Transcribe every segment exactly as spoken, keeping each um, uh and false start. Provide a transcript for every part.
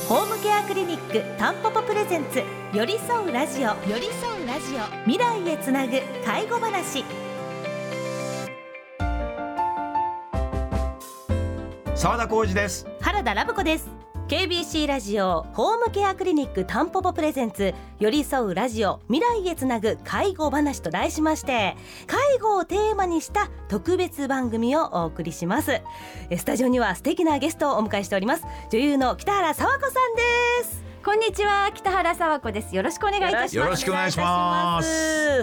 ホームケアクリニックタンポポプレゼンツ寄り添うラジオ寄り添うラジオ未来へつなぐ介護話。 澤田浩司です。 原田ラブ子です。 ケービーシー ラジオホームケアクリニックタンポポプレゼンツ寄り添うラジオ未来へつなぐ介護話と題しまして、介護をテーマにした特別番組をお送りします。スタジオには素敵なゲストをお迎えしております。女優の北原佐和子さんです。 こんにちは、北原佐和子です。よろしくお願いいたします。 よろしくお願いします。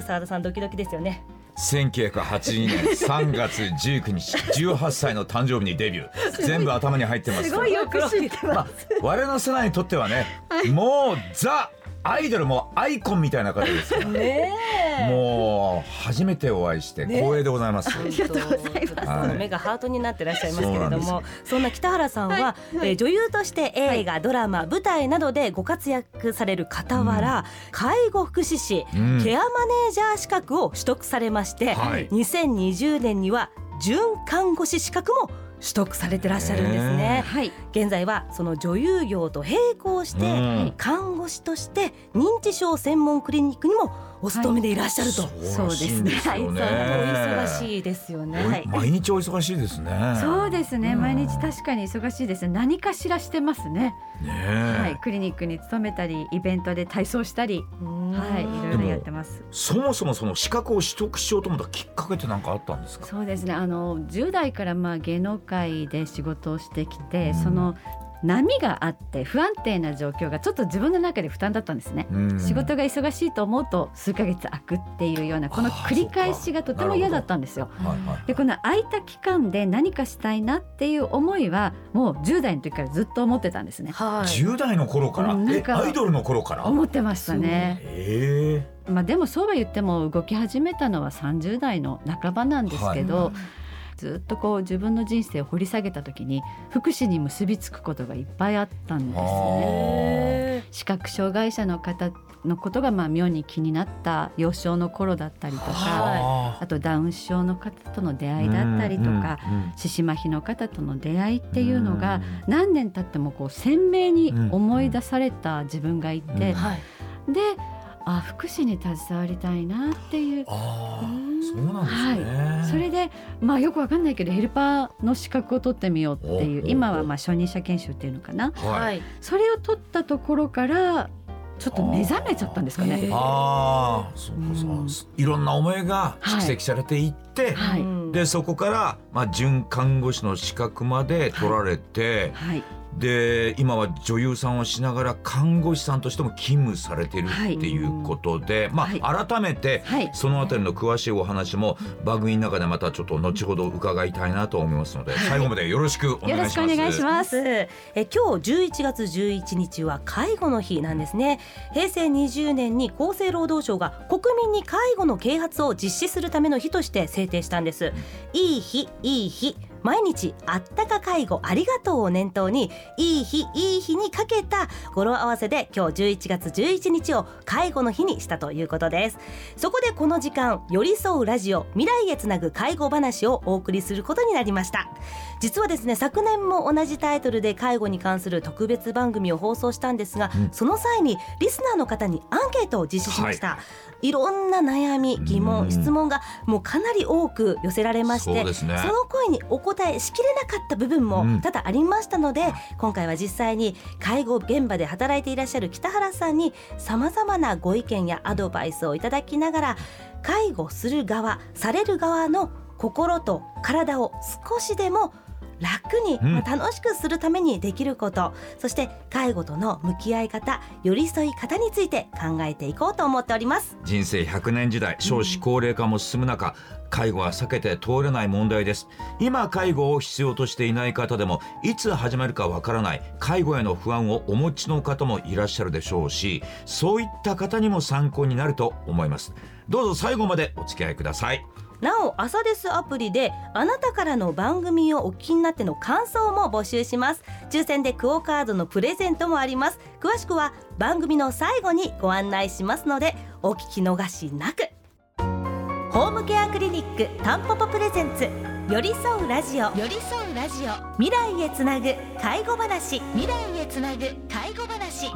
澤田さんドキドキですよね。 せんきゅうひゃくはちじゅうにねんさんがつじゅうくにちじゅうはっさいの誕生日にデビュー。全部頭に入ってます。 すごいよく知ってます、まあ、 我々の世代にとってはね、はい、もうザアイドル、もアイコンみたいな方ですからね。もう初めてお会いして光栄でございます、ね、 ありがとうございます、 はい、目がハートになってらっしゃいますけれども、 そ, そんな北原さんは、はいはい、えー、女優として映画、はい、ドラマ、舞台などでご活躍される傍ら、うん、介護福祉士、うん、ケアマネージャー資格を取得されまして、はい、にせんにじゅうねんには準看護師資格も取得されてらっしゃるんですね、はい、現在はその女優業と並行して、うん、看護師として認知症専門クリニックにもお勤めでいらっしゃると、はい、 そうですね、 はい、お忙しいですよね、はい、 毎日お忙しいですね。 そうですね、毎日確かに忙しいですね。何かしらしてますね。ね、はい、クリニックに勤めたりイベントで体操したり、はい、いろいろやってます。 そもそもその資格を取得しようと思ったきっかけって何かあったんですか？ そうですね、あのじゅう代からまあ芸能界で仕事をしてきて、その波があって不安定な状況がちょっと自分の中で負担だったんですね。仕事が忙しいと思うと数ヶ月空くっていうようなこの繰り返しがとても嫌だったんですよ。でこの空いた期間で何かしたいなっていう思いはもうじゅう代の時からずっと思ってたんですね、 はい、じゅう代の頃から、えアイドルの頃から思ってましたね。 えーまあ、でもそうは言っても動き始めたのはさんじゅう代の半ばなんですけど、はい、ずっとこう自分の人生を掘り下げた時に福祉に結びつくことがいっぱいあったんですね。視覚障害者の方のことがまあ妙に気になった幼少の頃だったりとか、あとダウン症の方との出会いだったりとか、四肢麻痺の方との出会いっていうのが何年経ってもこう鮮明に思い出された自分がいて、であ福祉に携わりたいなっていう、 あそうなんですね、 はい、それで、まあ、よくわかんないけどヘルパーの資格を取ってみようっていう、今はまあ初任者研修っていうのかな、はい、それを取ったところからちょっと目覚めちゃったんですかね。 ああそうかそう、うん、いろんな思いが蓄積されていって、はいはい、でそこから、まあ、準看護師の資格まで取られて、はいはい、で今は女優さんをしながら看護師さんとしても勤務されているっていうことで、はい、まあ、はい、改めてそのあたりの詳しいお話も番組の中でまたちょっと後ほど伺いたいなと思いますので、はい、最後までよろしくお願いします。 よろしくお願いします。 え今日じゅういちがつじゅういちにちは介護の日なんですね。へいせいにじゅうねんに厚生労働省が国民に介護の啓発を実施するための日として制定したんです。いい日いい日毎日あったか介護ありがとうを念頭にいい日いい日にかけた語呂合わせで今日じゅういちがつじゅういちにちを介護の日にしたということです。そこでこの時間寄り添うラジオ未来へつなぐ介護話をお送りすることになりました。実はですね、昨年も同じタイトルで介護に関する特別番組を放送したんですが、うん、その際にリスナーの方にアンケートを実施しました、はい、いろんな悩み疑問質問がもうかなり多く寄せられまして、 そうですね、その声にお答えしきれなかった部分も多々ありましたので、うん、今回は実際に介護現場で働いていらっしゃる北原さんにさまざまなご意見やアドバイスをいただきながら、介護する側される側の心と体を少しでも楽に、うん、楽しくするためにできること、そして介護との向き合い方寄り添い方について考えていこうと思っております。 人生ひゃくねん時代少子高齢化も進む中、うん、介護は避けて通れない問題です。今介護を必要としていない方でもいつ始めるかわからない介護への不安をお持ちの方もいらっしゃるでしょうし、そういった方にも参考になると思います。どうぞ最後までお付き合いください。 なお朝ですアプリであなたからの番組をお聞きになっての感想も募集します。抽選でクオカードのプレゼントもあります。詳しくは番組の最後にご案内しますのでお聞き逃しなく。ホームケアクリニックタンポポプレゼンツ寄り添うラジオ寄り添うラジオ未来へつなぐ介護話未来へつなぐ介護話。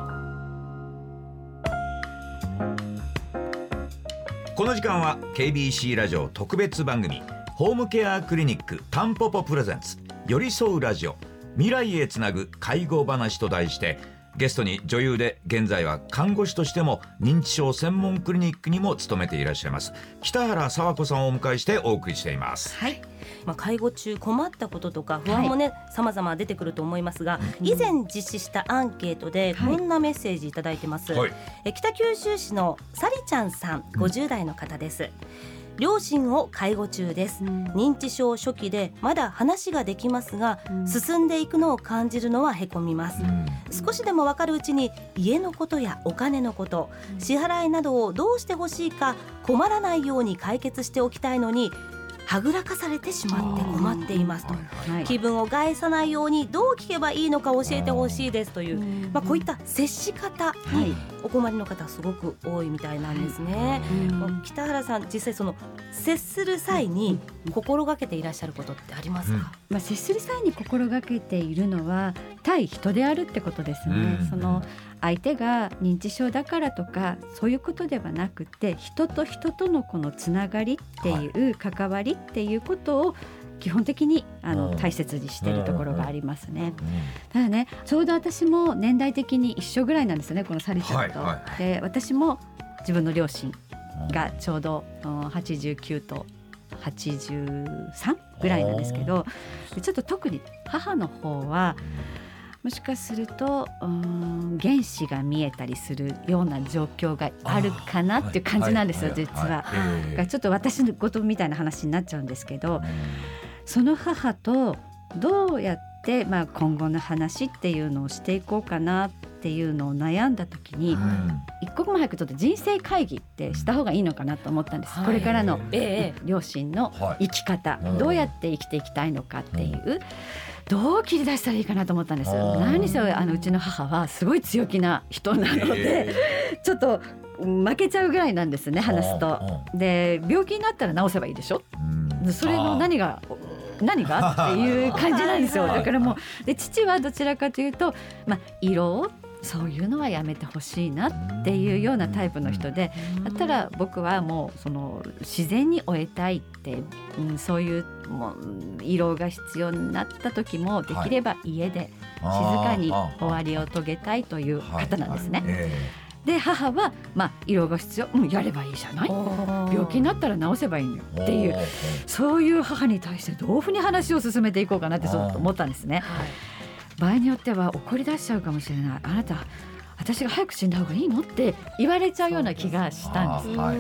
この時間は ケービーシー ラジオ特別番組ホームケアクリニックタンポポプレゼンツ寄り添うラジオ未来へつなぐ介護話と題して、ゲストに女優で現在は看護師としても認知症専門クリニックにも勤めていらっしゃいます北原佐和子さんをお迎えしてお送りしています。 はい、まあ、介護中困ったこととか不安もね、はい、様々出てくると思いますが、うん、以前実施したアンケートでこんなメッセージいただいてます、はい、え北九州市のさりちゃんさんごじゅう代の方です。うん、両親を介護中です、うん、認知症初期でまだ話ができますが、うん、進んでいくのを感じるのはへこみます、うん、少しでも分かるうちに家のことやお金のこと、うん、支払いなどをどうしてほしいか困らないように解決しておきたいのにはぐらかされてしまって困っていますと、はい、気分を害さないようにどう聞けばいいのか教えてほしいですという、まあ、こういった接し方にお困りの方すごく多いみたいなんですね、はい、北原さん実際その接する際に心がけていらっしゃることってありますか？うん、 まあ、接する際に心がけているのは対人であるってことですね、うん、その相手が認知症だからとかそういうことではなくて、人と人とのこのつながりっていう、関わりっていうことを基本的にあの大切にしているところがありますね。ただね、ちょうど私も年代的に一緒ぐらいなんですよね、このサリちゃんと、はいはい、で私も自分の両親がちょうどはちじゅうきゅうとはちじゅうさんぐらいなんですけど、ちょっと特に母の方はもしかするとうーん原子が見えたりするような状況があるかなっていう感じなんですよ、実は、はいはい、ちょっと私のことみたいな話になっちゃうんですけど、その母とどうやって、まあ、今後の話っていうのをしていこうかなっていうのを悩んだ時に、うん、一刻も早くちょっと人生会議ってした方がいいのかなと思ったんです、はい、これからの、えー、両親の生き方、はい、どうやって生きていきたいのかっていう、うん、どう切り出したらいいかなと思ったんです。何せあのうちの母はすごい強気な人なので、えー、ちょっと負けちゃうぐらいなんですね、話すと。で、病気になったら治せばいいでしょ、うん、それの何が何がっていう感じなんですよ。だからもうで父はどちらかというと、まあ、色をそういうのはやめてほしいなっていうようなタイプの人で、だったら僕はもうその自然に終えたいって、うん、そういうもう胃ろうが必要になった時もできれば家で静かに終わりを遂げたいという方なんですね。で母は、まあ、胃ろうが必要、うん、やればいいじゃない、病気になったら治せばいいのよっていう、そういう母に対してどういうふうに話を進めていこうかなってちょっと思ったんですね。場合によっては怒り出しちゃうかもしれない、あなた私が早く死んだ方がいいのって言われちゃうような気がしたんです。はいはい、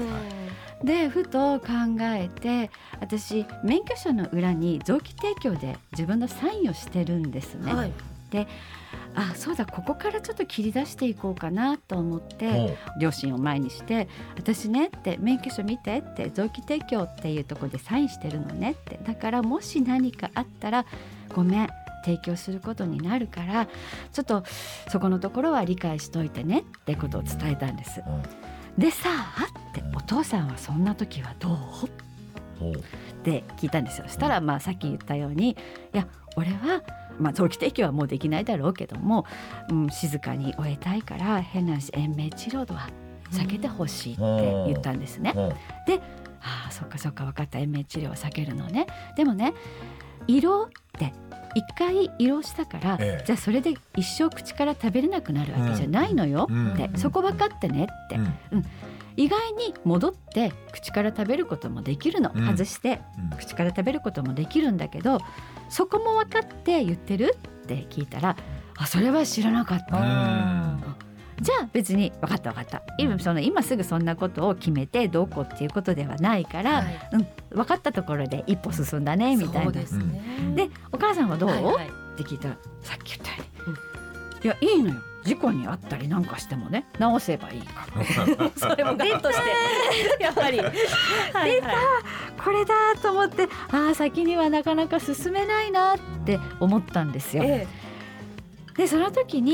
でふと考えて、私免許証の裏に臓器提供で自分のサインをしてるんですね。はい、であそうだ、ここからちょっと切り出していこうかなと思って両親を前にして、私ねって免許証見てって、臓器提供っていうところでサインしてるのねって、だからもし何かあったらごめん提供することになるから、ちょっとそこのところは理解しといてねってことを伝えたんです。でさあって、お父さんはそんな時はどうって聞いたんですよ。そしたら、まあさっき言ったように、いや俺はまあ、臓器提供はもうできないだろうけども、うん、静かに終えたいから変な話延命治療は避けてほしいって言ったんですね。で、ああそっかそっか分かった、延命治療は避けるのね。でもね、胃ろうって一回胃ろうしたから、ええ、じゃあそれで一生口から食べれなくなるわけじゃないのよ、うん、って、うん、そこ分かってねって、うんうん、意外に戻って口から食べることもできるの、うん、外して口から食べることもできるんだけど、そこも分かって言ってるって聞いたら、あそれは知らなかった、うん、じゃあ別に分かった分かった、今、その今すぐそんなことを決めてどうこうっていうことではないから、はい、うん、分かったところで一歩進んだねみたいな。そうですね。でお母さんはどう、はいはい、って聞いたら、さっき言ったように、うん、いやいいのよ、事故にあったりなんかしてもね直せばいいからそれもガッとしてやっぱりはい、はい、出たこれだと思って、ああ先にはなかなか進めないなって思ったんですよ。ええ、でその時に、はい、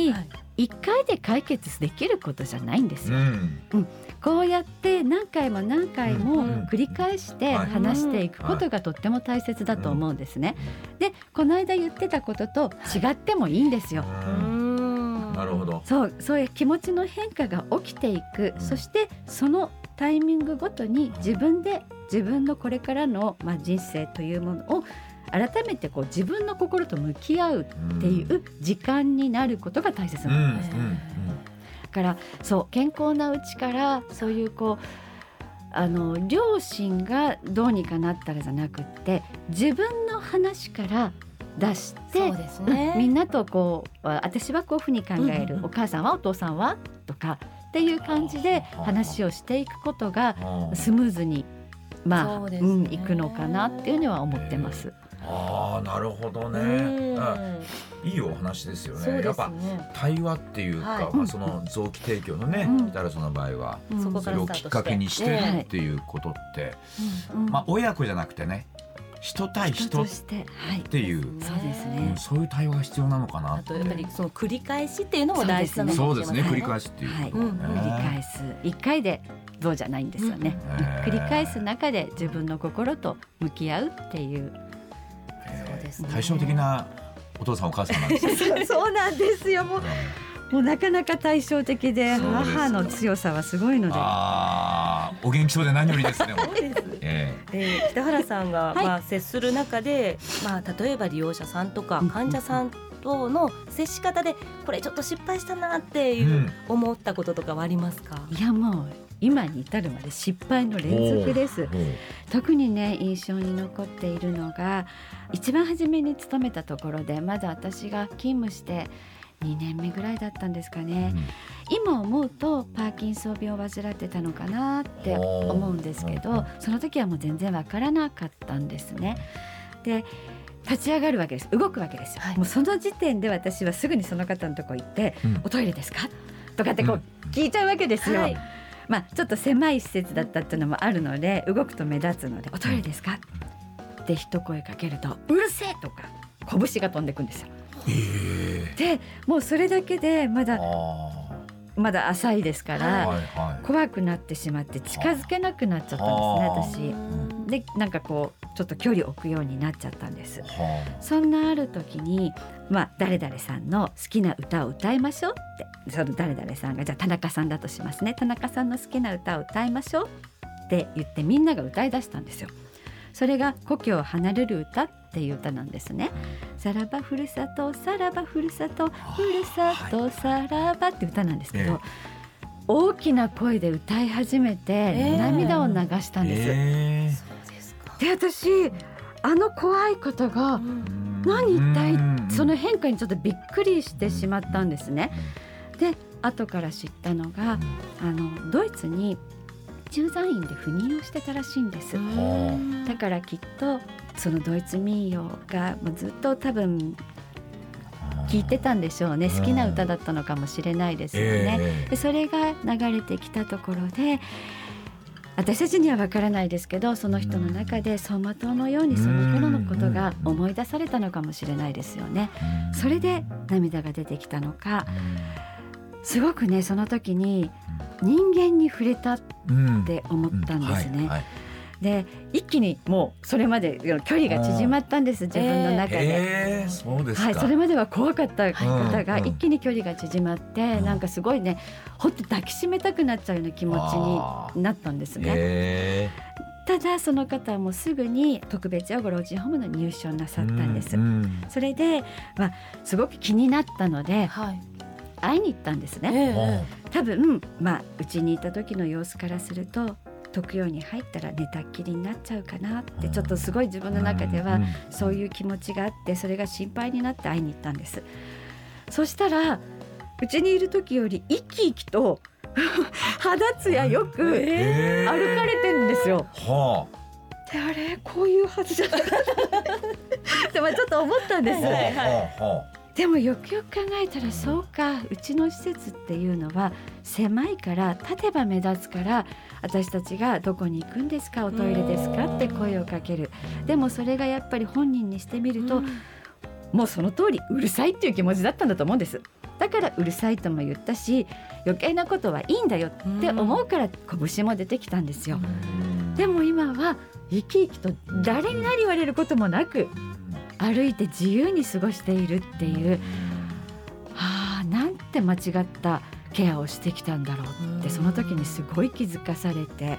いっかいで解決できることじゃないんですよ、 うんうん、こうやって何回も何回も繰り返して話していくことがとっても大切だと思うんですね。でこの間言ってたことと違ってもいいんですよ。 うんなるほど。 そう、そういう気持ちの変化が起きていく、そしてそのタイミングごとに自分で自分のこれからの、まあ、人生というものを改めてこう自分の心と向き合うっていう時間になることが大切なんです、うんうんうん、だからそう健康なうちからそういうこうあの両親がどうにかなったらじゃなくって自分の話から出して、そうですね、うん、みんなとこう私はこういうふうに考える、うんうん、お母さんはお父さんはとかっていう感じで話をしていくことがスムーズにまあ、うん、いくのかなっていうのは思ってます。 ああなるほどね、うん、いいお話ですよ ね, ですねやっぱ対話っていうか、はいまあ、その臓器提供のね、うん、北原さんの場合は、うん、それをきっかけにしてっていうことって、うん、まあ親子じゃなくてね人対人っていう、 そうですね、 そういう対話が必要なのかな。 あとやっぱりその繰り返しっていうのも大事なのかもしれませんね。 そうですね、繰り返しっていうことね、はいうん、 繰り返すいっかいでどうじゃないんですよね、うん、繰り返す中で自分の心と向き合うっていう、 そうですね、対照的なお父さんお母さんなんですよそうなんですよ。もうもうなかなか対照的で母の強さはすごいので、 あお元気そうで何よりですねえーえー、北原さんが、まあ、接する中で、まあ、例えば利用者さんとか患者さんとの接し方でこれちょっと失敗したなっていう思ったこととかはありますか？ いやもう今に至るまで失敗の連続です。特にね印象に残っているのが一番初めに勤めたところでまだ私が勤務してにねんめぐらいだったんですかね、うん、今思うとパーキンソン病を患ってたのかなって思うんですけど、その時はもう全然わからなかったんですね。で立ち上がるわけです、動くわけですよ、はい、もうその時点で私はすぐにその方のとこ行って、うん、おトイレですかとかってこう聞いちゃうわけですよ、はい、まあ、ちょっと狭い施設だったっていうのもあるので動くと目立つのでおトイレですかって一声かけるとうるせえとか拳が飛んでくんですよ。えー、でもうそれだけでまだまだ浅いですから、はいはい、怖くなってしまって近づけなくなっちゃったんですね私で。なんかこうちょっと距離を置くようになっちゃったんです。そんなある時に、まあ、誰々さんの好きな歌を歌いましょうって、その誰々さんがじゃあ田中さんだとしますね、田中さんの好きな歌を歌いましょうって言ってみんなが歌い出したんですよ。それが故郷を離れる歌っていう歌なんですね。さらばふるさとさらばふるさとふるさとさらばって歌なんですけど、えー、大きな声で歌い始めて涙を流したんです、えー、そうですか。で私あの怖いことが、うん、何一体その変化にちょっとびっくりしてしまったんですね。で後から知ったのがあのドイツに駐在員で赴任をしてたらしいんです。だからきっとそのドイツ民謡がもうずっと多分聞いてたんでしょうね。好きな歌だったのかもしれないですよね、えー、でそれが流れてきたところで私たちには分からないですけどその人の中で走馬灯のようにその頃のことが思い出されたのかもしれないですよね。それで涙が出てきたのかすごくねその時に人間に触れたって思ったんですね、うんうんはいはい、で一気にもうそれまで距離が縮まったんです自分の中で、 えー、そうですか、 はい、それまでは怖かった方が一気に距離が縮まって、うんうん、なんかすごいねほんと抱きしめたくなっちゃうような気持ちになったんですね、えー、ただその方はもうすぐに特別養護老人ホームの入所なさったんです、うんうん、それで、まあ、すごく気になったので、はい、会いに行ったんですね、えー、多分まあうちにいた時の様子からすると特養に入ったら寝たっきりになっちゃうかなってちょっとすごい自分の中ではそういう気持ちがあってそれが心配になって会いに行ったんです。そしたらうちにいる時より生き生きと肌ツヤよく歩かれてるんですよ、えーはあ、であれこういうはずじゃなかったでもちょっと思ったんです、はいはいはい、でもよくよく考えたらそうかうちの施設っていうのは狭いから立てば目立つから私たちがどこに行くんですかおトイレですかって声をかける。でもそれがやっぱり本人にしてみるともうその通りうるさいっていう気持ちだったんだと思うんです。 だからうるさいとも言ったし、余計なことはいいんだよって思うから拳も出てきたんですよ。でも今は生き生きと誰に何言われることもなく歩いて自由に過ごしているっていう、はあ、なんて間違ったケアをしてきたんだろうってその時にすごい気づかされて、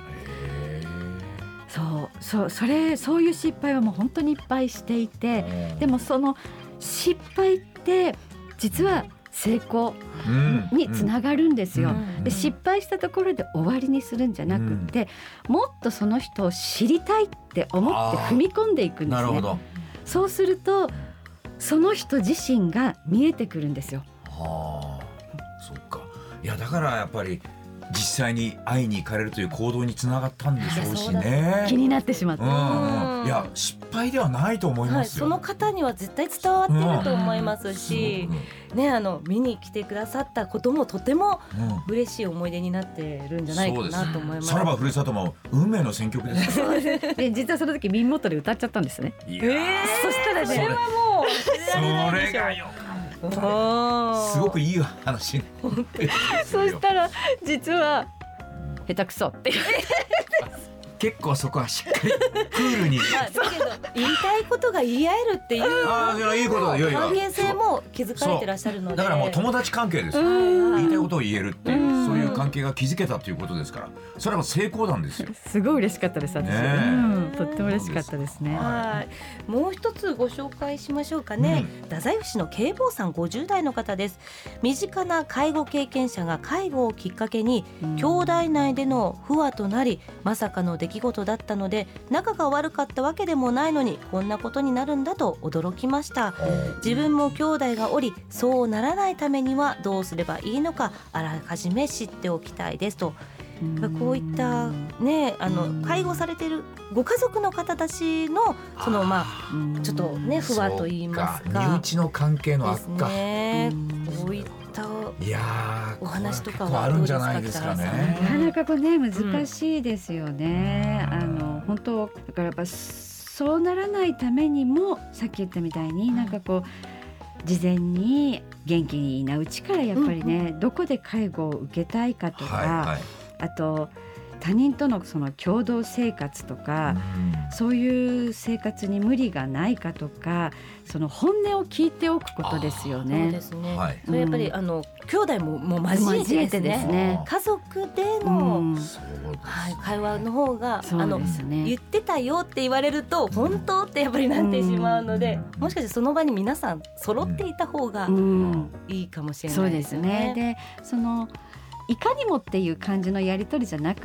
そうそうそれそういう失敗はもう本当にいっぱいしていて、でもその失敗って実は成功につながるんですよ。で失敗したところで終わりにするんじゃなくって、もっとその人を知りたいって思って踏み込んでいくんですね。そうするとその人自身が見えてくるんですよ。 はあ、そっか。いやだからやっぱり実際に会いに行かれるという行動につながったんでしょうしね。 気になってしまった、 うんうん、いや失敗ではないと思いますよ、 はい、その方には絶対伝わっていると思いますし、うんね、あの見に来てくださったこともとても嬉しい思い出になってるんじゃないかなと思います。 さらばふるさとも運命の選曲ですよで実はその時耳元で歌っちゃったんですね。 いや、えー、 そしたらねそれはもうそれがよすごくいい話そしたら実は下手くそって結構そこはしっかりクールに、 まあ、だけど言いたいことが言い合えるっていうあいやいいことだ、いやいや関係性も築かれてらっしゃるので、 だからもう友達関係ですよ。言いたいことを言えるっていうそういう関係が築けたということですから、それは成功なんですよ。 すごい嬉しかったです私、ねうん、とっても嬉しかったですね。 はいもう一つご紹介しましょうかね、うん、太宰府市の慶坊さんごじゅう代の方です。身近な介護経験者が介護をきっかけに、うん、兄弟内での不和となりまさかの出来事だったので仲が悪かったわけでもないのにこんなことになるんだと驚きました。自分も兄弟がおりそうならないためにはどうすればいいのかあらかじめ知っておきたいですと。こういった、ね、あの介護されているご家族の方たちのそのまあちょっとね不和と言いますか身内の関係の悪化ですね。 こういったいやお話とかはどうですか。 あるんじゃないですかね。 なかなかこうね難しいですよね、うん、あの本当だからやっぱそうならないためにもさっき言ったみたいになんかこう事前に元気なうちからやっぱりね、うんうん、どこで介護を受けたいかとか、はいはい、あと他人とのその共同生活とか、うん、そういう生活に無理がないかとかその本音を聞いておくことですよね。 そうですね、はい、それやっぱり、うん、あの兄弟ももう交えてですね、ですね家族での、うんはい、会話の方が、ね、あの言ってたよって言われると本当ってやっぱりなってしまうので、うん、もしかしてその場に皆さん揃っていた方がいいかもしれないですね。 そうですね。でそのいかにもっていう感じのやり取りじゃなくって、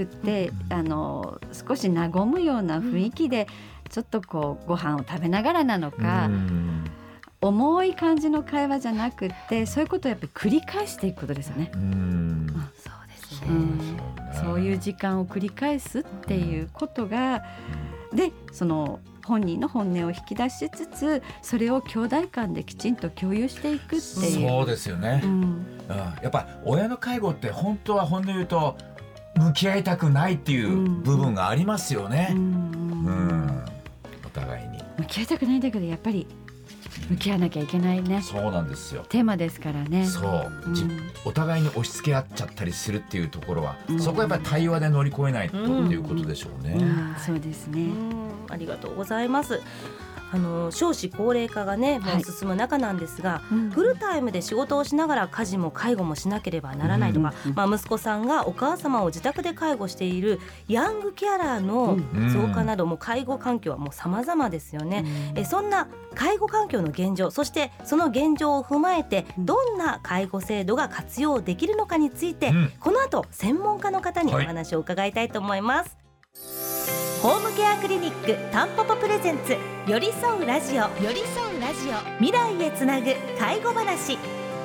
うん、あの少し和むような雰囲気で、うん、ちょっとこうご飯を食べながらなのか、うん、重い感じの会話じゃなくってそういうことをやっぱり繰り返していくことですよね。うん、そうですね、うん、そういう時間を繰り返すっていうことが、でその本人の本音を引き出しつつそれを兄弟間できちんと共有していくっていう。 そうですよね、うんうん、やっぱ親の介護って本当は本音言うと向き合いたくないっていう部分がありますよね、うんうん、お互いに向き合いたくないんだけどやっぱり向き合わなきゃいけないね。 そうなんですよ。 テーマですからね。 そう、うん、お互いに押し付け合っちゃったりするっていうところは、うん、そこはやっぱり対話で乗り越えないと、うん、っていうことでしょうね、うんうん、そうですね、 うん、ありがとうございます。あの少子高齢化がねもう進む中なんですが、はいうん、フルタイムで仕事をしながら家事も介護もしなければならないとか、うんまあ、息子さんがお母様を自宅で介護しているヤングケアラーの増加なども介護環境はもう様々ですよね、うん、えそんな介護環境の現状そしてその現状を踏まえてどんな介護制度が活用できるのかについて、うん、この後専門家の方にお話を伺いたいと思います、はいホームケアクリニックタンポポプレゼンツ寄り添うラジオ寄り添うラジオ未来へつなぐ介護話。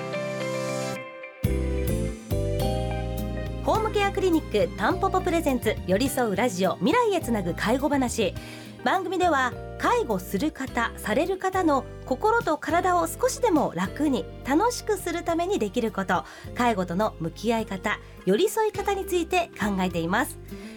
ホームケアクリニックタンポポプレゼンツ寄り添うラジオ未来へつなぐ介護話。番組では介護する方される方の心と体を少しでも楽に楽しくするためにできること介護との向き合い方寄り添い方について考えています。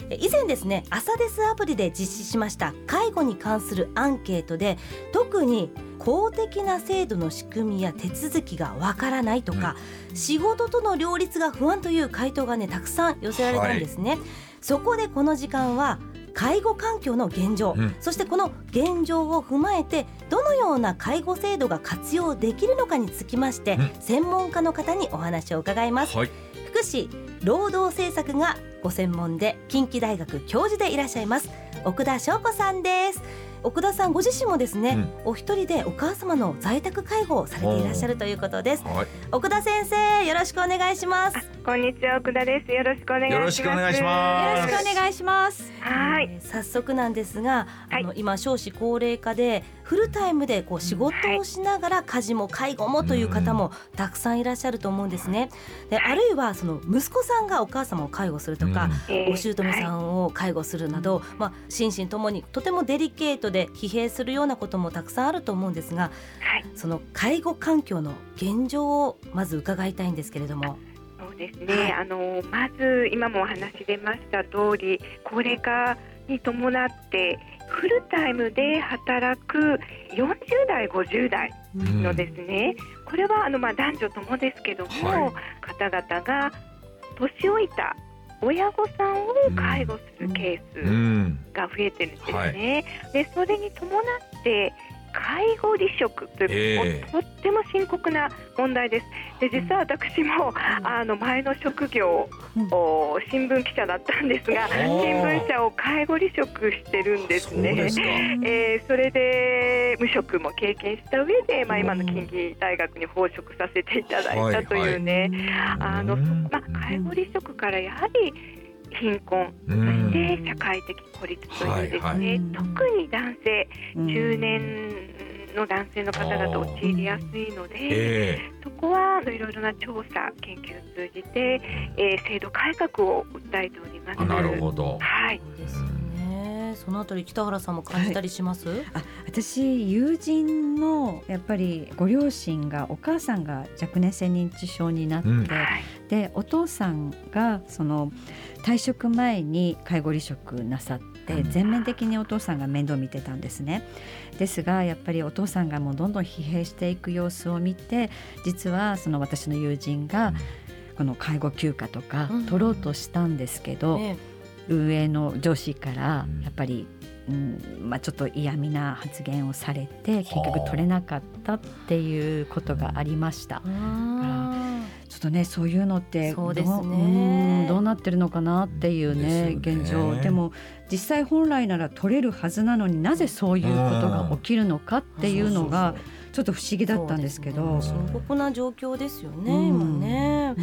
以前ですね、朝デスアプリで実施しました介護に関するアンケートで、特に公的な制度の仕組みや手続きがわからないとか、うん、仕事との両立が不安という回答がねたくさん寄せられたんですね、はい、そこでこの時間は介護環境の現状、うん、そしてこの現状を踏まえてどのような介護制度が活用できるのかにつきまして、うん、専門家の方にお話を伺います、はい、福祉労働政策がご専門で近畿大学教授でいらっしゃいます奥田翔子さんです。奥田さんご自身もですね、うん、お一人でお母様の在宅介護をされていらっしゃるということです、はい、奥田先生よろしくお願いします。 こんにちは、奥田です。よろしくお願いします。 よろしくお願いします。 よろしくお願いします。 はい、 えー、早速なんですが、あの、はい、今少子高齢化でフルタイムでこう仕事をしながら家事も介護もという方もたくさんいらっしゃると思うんですね。で、あるいはその息子さんがお母様を介護するとか、お姑さんを介護するなど、まあ、心身ともにとてもデリケートで疲弊するようなこともたくさんあると思うんですが、はい、その介護環境の現状をまず伺いたいんですけれども。 そうですね、はい、あのまず今もお話出ました通り、高齢化に伴ってフルタイムで働くよんじゅう代ごじゅう代のですね、うん、これはあのまあ男女ともですけども、はい、方々が年老いた親御さんを介護するケースが増えてるんですね、うんはい、でそれに伴って介護離職という、えー、とっても深刻な問題です。で、実は私も、うん、あの前の職業、うん、新聞記者だったんですが、新聞社を介護離職してるんですね。そうですか。えー、それで無職も経験した上で、まあ、今の近畿大学に奉職させていただいたというね、はいはい、あのまあ、介護離職からやはり貧困、そして社会的孤立というですね、はいはい、特に男性、中年の男性の方々陥りやすいので、えー、そこはいろいろな調査研究を通じて、えー、制度改革を訴えております。 なるほど、 はい、 そうですよね。そのあたり北原さんも感じたりします？はい、 あ、私友人のやっぱりご両親が、お母さんが若年性認知症になって、うん、でお父さんがその退職前に介護離職なさって全面的にお父さんが面倒見てたんですね。ですがやっぱりお父さんがもうどんどん疲弊していく様子を見て、実はその私の友人がこの介護休暇とか取ろうとしたんですけど、運営の上司からやっぱり、うんまあ、ちょっと嫌味な発言をされて結局取れなかったっていうことがありました。ちょっとね、そういうのってそうですね、 どう、うん、どうなってるのかなっていうね、現状でも実際本来なら取れるはずなのになぜそういうことが起きるのかっていうのがちょっと不思議だったんですけど、 深刻な状況ですよね、うん、今ね、うん、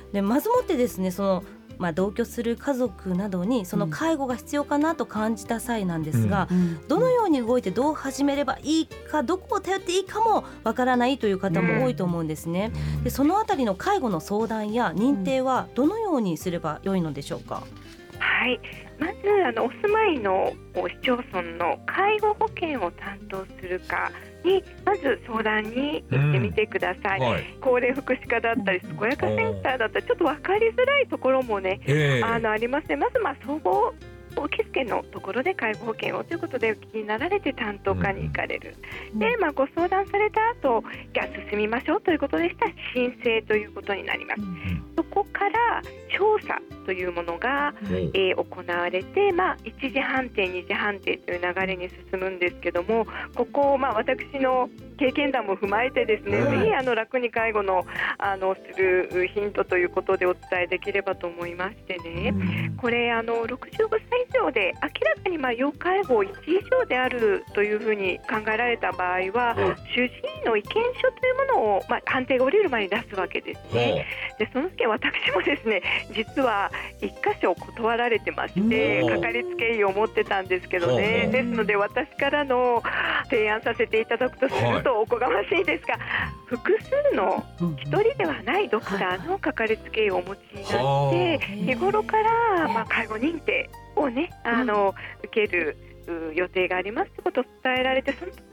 でまずもってですね、そのまあ、同居する家族などにその介護が必要かなと感じた際なんですが、うん、どのように動いてどう始めればいいか、どこを頼っていいかもわからないという方も多いと思うんですね。でそのあたりの介護の相談や認定はどのようにすれば良いのでしょうか？ はい、まずあのお住まいの市町村の介護保険を担当するかにまず相談に行ってみてください、うんはい、高齢福祉課だったり健やかセンターだったりちょっと分かりづらいところもね、えー、あのありますね。まずまあ総合お気付けのところで介護保険をということでお聞きになられて担当課に行かれる、うん、で、まあ、ご相談された後、じゃあ進みましょうということでしたら申請ということになります、うん、そこから調査というものが、うんえー、行われて、まあ、いち次判定に次判定という流れに進むんですけども、ここを、まあ、私の経験談も踏まえてですね、ぜひあの楽に介護の、あのするヒントということでお伝えできればと思いましてね、うん、これあのろくじゅうごさい以上で明らかにまあ要介護いち以上であるというふうに考えられた場合は、うん、主治医の意見書というものを、まあ、判定が下りる前に出すわけですね、うん、でその時私もですね、実はいっ箇所断られてまして、うん、かかりつけ医を持ってたんですけどね、うん、ですので私からの提案させていただくとするとおこがましいですが、複数の一人ではないドクターのかかりつけ医をお持ちになって、日頃からまあ介護認定をね、あの受ける予定がありますということを伝えられて、その時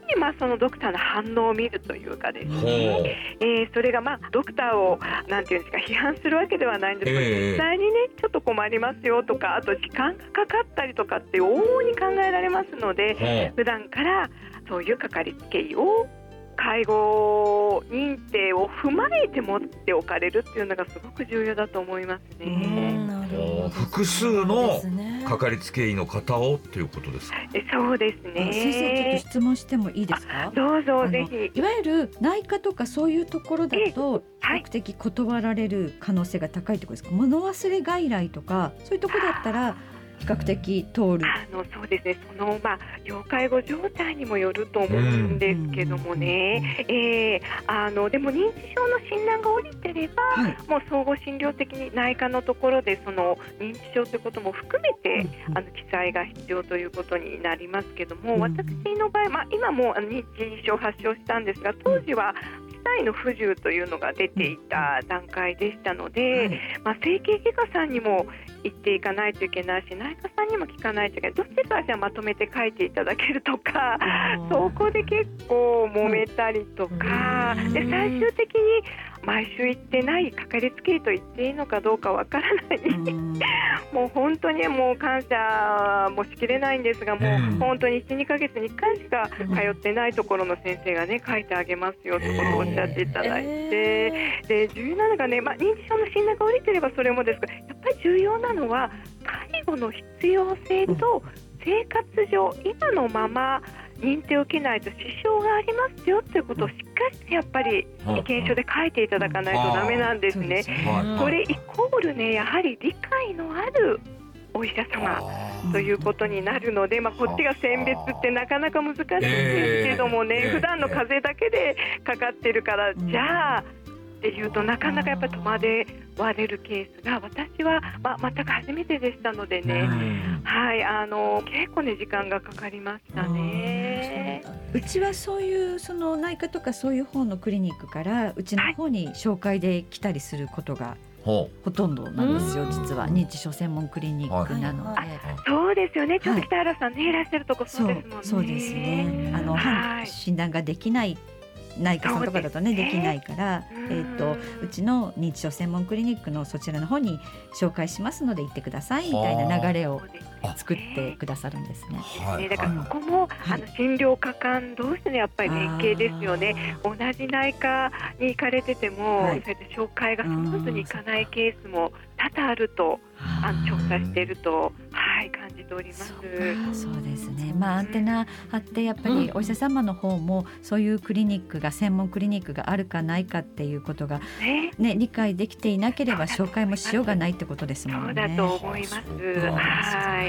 にまあそのドクターの反応を見るというかですね、えー、それがまあドクターをなんていうんですか批判するわけではないんですけど、えー、実際にねちょっと困りますよとか、あと時間がかかったりとかって往々に考えられますので、普段からそういうかかりつけ医を介護認定を踏まえて持っておかれるっていうのがすごく重要だと思いますね。 複数のかかりつけ医の方をっていうことですか。 えそうですね。 先生ちょっと質問してもいいですか。 どうぞぜひ。 いわゆる内科とかそういうところだと比較的断られる可能性が高いってことですか。物忘れ外来とかそういうところだったら比較的通る。 あのそうですね、その、まあ、要介護状態にもよると思うんですけどもね、うんえー、あのでも認知症の診断が下りてれば、はい、もう総合診療的に内科のところでその認知症ということも含めて、うん、あの記載が必要ということになりますけども、うん、私の場合、まあ、今も認知症発症したんですが、当時は体の不自由というのが出ていた段階でしたので、はいまあ、整形外科さんにも行っていかないといけないし、内科さんにも聞かないといけない、どっちかじゃまとめて書いていただけるとか、そこで結構揉めたりとか、で最終的に毎週行ってないかかりつけ医と言っていいのかどうかわからないもう本当にもう感謝もしきれないんですが、もう本当に いち,に ヶ月にいっかいしか通ってないところの先生がね書いてあげますよってことをおっしゃっていただいて、で重要なのがね、まあ、認知症の診断が下りてればそれもですが、やっぱり重要なのは介護の必要性と生活上今のまま認定を受けないと支障がありますよということをしっかりやっぱり意見書で書いていただかないとダメなんですね。これイコールね、やはり理解のあるお医者様ということになるので、まあ、こっちが選別ってなかなか難しいんですけどもね、普段の風邪だけでかかってるから、じゃあっていうとなかなかやっぱり戸惑われるケースが私は、まあ、全く初めてでしたのでね、はい、あの結構ね時間がかかりましたね。 うちはそういうその内科とかそういう方のクリニックからうちの方に紹介で来たりすることがほとんどなんですよ。実は認知症専門クリニックなので、はい、 そうですよね。ちょっと北原さんね、はい、いらっしゃるとこそうですもんね。 そう、そうですね。あの、はい、診断ができない内科さんとかだとね で, できないから、えー、とうちの認知症専門クリニックのそちらの方に紹介しますので行ってくださいみたいな流れを作ってくださるんですね。 はい、だからここも、はい、あの診療科間同士のやっぱり連携ですよね。同じ内科に行かれてても、はい、そうやって紹介がスムーズにいかないケースも多々あるとあの調査していると、はい、感じております。 そうそうですね、まあ、アンテナ張ってやっぱりお医者様の方もそういうクリニックが専門クリニックがあるかないかっていうことが、ねね、理解できていなければ紹介もしようがないってことですもんね。 そうだと思います。はい、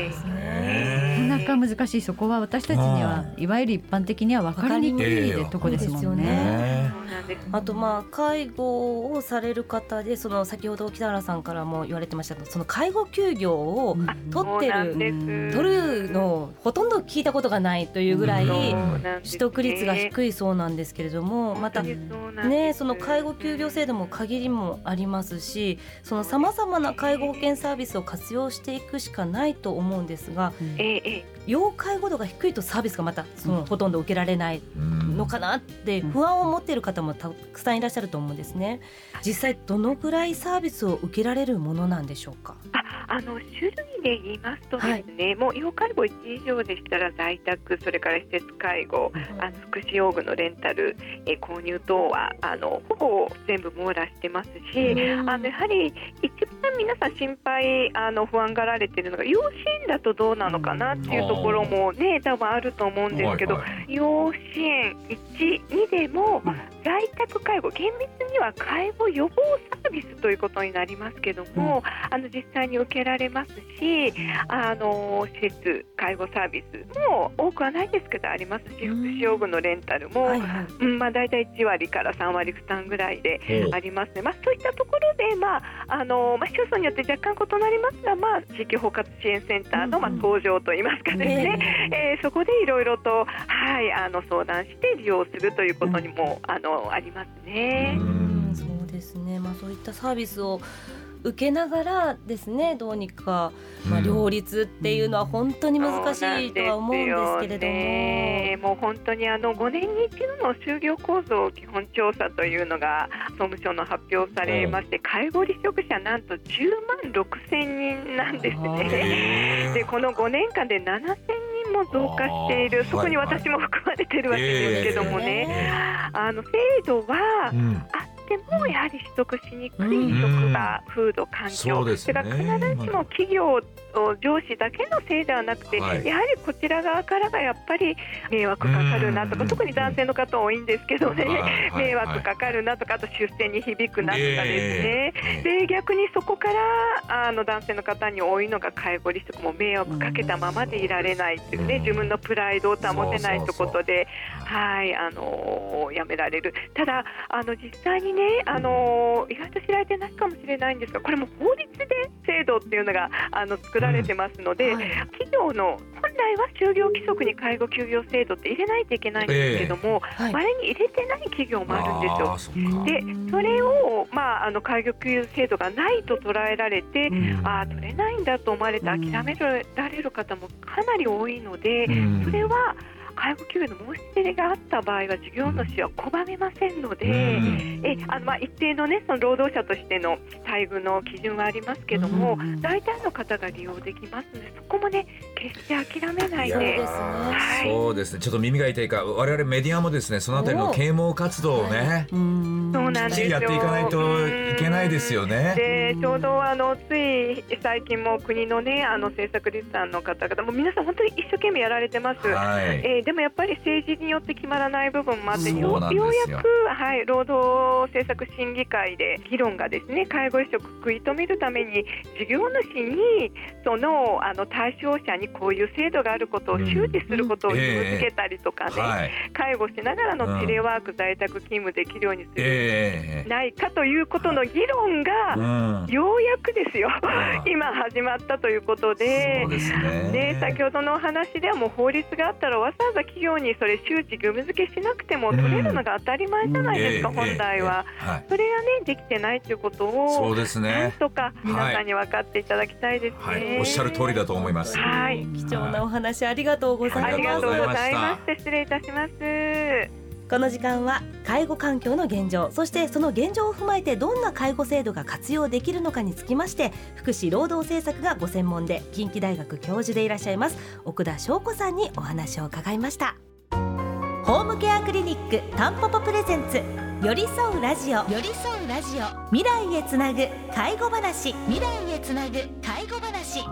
なかなか難しい。そこは私たちにはいわゆる一般的には分かりにくいとこですもんね。 あとまあ介護をされる方で、その先ほど北原さんからも言われてましたが、その介護休業を取ってる、取るのをほとんど聞いたことがないというぐらい取得率が低いそうなんですけれども、またね、その介護休業制度も限りもありますし、そのさまざまな介護保険サービスを活用していくしかないと思うんですが、要介護度が低いとサービスがまたそのほとんど受けられないのかなって不安を持っている方もたくさんいらっしゃると思うんですね。実際どのぐらいサービスを受けられるものなんでしょうか。 ああの種類で言いますとですね、はい、もう要介護いち以上でしたら在宅、それから施設介護、あの福祉用具のレンタル、えー、購入等はあのほぼ全部網羅してますし、あのやはり一番皆さん心配あの不安がられているのが養子縁だとどうなのかなっていうところもね多分あると思うんですけど、はいはい、養子縁いち、にでも在宅介護、厳密には介護予防サービスということになりますけども、うん、あの実際に受けられますし、あの施設介護サービスも多くはないですけどありますし、福祉用具のレンタルも、はいはい、うんまあ、だいたいいちわりからさんわり負担ぐらいでありますね。まあ、そういったところで、まああのまあ、市町村によって若干異なりますが、まあ、地域包括支援センターの、まあ、登場といいますかですね、えーえー、そこでいろいろと、はい、あの相談して利用するということにも、うん、あのありますね。 うんそうですね、まあ、そういったサービスを受けながらですね、どうにか、まあ、両立っていうのは本当に難しいとは思うんですけれども、 ね、もう本当にあのごねんに一度の就業構造基本調査というのが総務省の発表されまして、介護離職者なんとじゅうまんろくせんにんなんですね。でこのごねんかんでななせんにんも増加している、そこに私も含まれているわけですけどもね、あの制度は、うん、あでもやはり取得しにくい職場、うん、風土環境、うん、それから必ずしも企業上司だけのせいではなくて、はい、やはりこちら側からがやっぱり迷惑かかるなとか、うん、特に男性の方多いんですけどね、うん、迷惑かかるなとか、あと出世に響くなとかですね、えー、で逆にそこからあの男性の方に多いのが介護離職も迷惑かけたままでいられないというね、うん、自分のプライドを保てないということで、はいあのー、やめられる。ただあの実際にね、あのー、意外と知られてないかもしれないんですが、これも法律で制度っていうのがあの作られてますので、うんはい、企業の本来は就業規則に介護休業制度って入れないといけないんですけども、えーはい、稀に入れてない企業もあるんですよ。でそれを、まあ、あの介護休業制度がないと捉えられて、うん、あ取れないんだと思われて諦められる方もかなり多いので、うん、それは介護休業の申し出があった場合は事業主は拒めませんので、うん、えあのまあ一定の、ね、その労働者としての待遇の基準はありますけども、うん、大体の方が利用できますので、そこもね決して諦めないで。そうですね、 はい、そうですね、ちょっと耳が痛いか我々メディアもですね、そのあたりの啓蒙活動をね、そうなんですよ、きっちりやっていかないといけないですよね。 でちょうどあのつい最近も国のね、あの政策立案の方々も皆さん本当に一生懸命やられてます、はい、えーでもやっぱり政治によって決まらない部分もあって、よ, ようやく、はい、労働政策審議会で議論がですね、介護離職食い止めるために事業主にその、あの対象者にこういう制度があることを周知することを義務付けたりとかね、うんえーはい、介護しながらのテレワーク、うん、在宅勤務できるようにする、えー、ないかということの議論が、うん、ようやくですよ、うん、今始まったということで、そうですね、で先ほどのお話ではもう法律があったらわざわざ企業にそれ周知義務付けしなくても取れるのが当たり前じゃないですか、うん、本来は、えーえーはい、それがねできてないということを、そうですね、なんとか皆さんに分かっていただきたいですね、はいはい、 おっしゃる通りだと思います、 はい、貴重なお話ありがとうございます。 ありがとうございました。失礼いたします。 この時間は介護環境の現状、そしてその現状を踏まえてどんな介護制度が活用できるのかにつきまして、福祉労働政策がご専門で近畿大学教授でいらっしゃいます奥田翔子さんにお話を伺いました。ホームケアクリニックタンポポプレゼンツ寄り添うラジオ、寄り添うラジオ、未来へつなぐ介護話、未来へつなぐ介護話。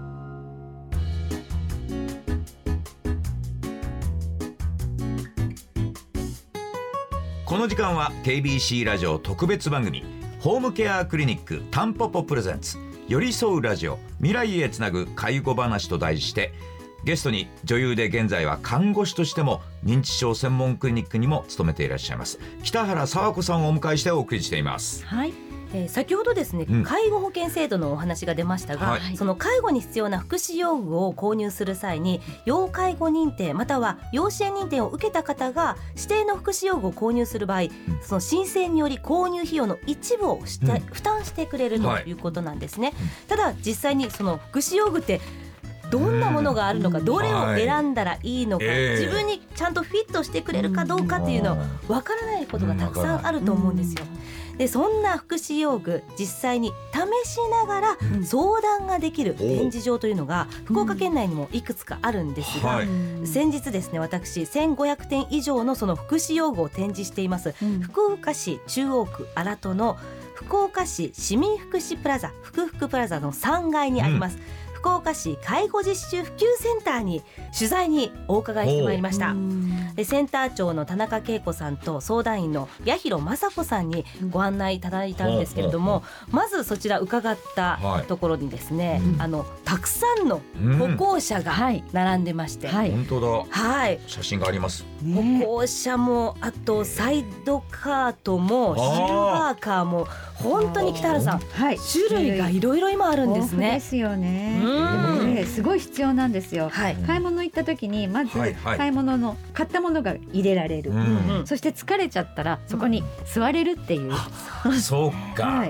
この時間は ケービーシー ラジオ特別番組ホームケアクリニックタンポポプレゼンツ寄り添うラジオ、未来へつなぐ介護話と題して、ゲストに女優で現在は看護師としても認知症専門クリニックにも勤めていらっしゃいます北原佐和子さんをお迎えしてお送りしています。 はい、えー、先ほどですね、うん、介護保険制度のお話が出ましたが、はい、その介護に必要な福祉用具を購入する際に要介護認定または要支援認定を受けた方が指定の福祉用具を購入する場合、うん、その申請により購入費用の一部をして、うん、負担してくれるということなんですね、はい、ただ実際にその福祉用具ってどんなものがあるのか、どれを選んだらいいのか、はい、自分にちゃんとフィットしてくれるかどうかっていうのは分からないことがたくさんあると思うんですよ。でそんな福祉用具実際に試しながら相談ができる展示場というのが福岡県内にもいくつかあるんですが、うん、先日ですね、私せんごひゃくてん以上のその福祉用具を展示しています、うん、福岡市中央区荒戸の福岡市市民福祉プラザ福福プラザのさんがいにあります、うん、福岡市介護実習普及センターに取材にお伺いしてまいりました。でセンター長の田中恵子さんと相談員の八尋雅子さんにご案内いただいたんですけれども、まずそちら伺ったところにですね、はい、あのたくさんの歩行者が並んでまして、 うんはい、本当だ、 はい、 写真があります、 ね、歩行者もあとサイドカートもシルバーカーも本当に北原さん、はい、種類がいろいろ今あるんですね。 ですよね。でもね、すごい必要なんですよ、はい、買い物行った時にまず買い物の買ったものが入れられる、うん、そして疲れちゃったらそこに座れるっていう、 うん、そうか、はい、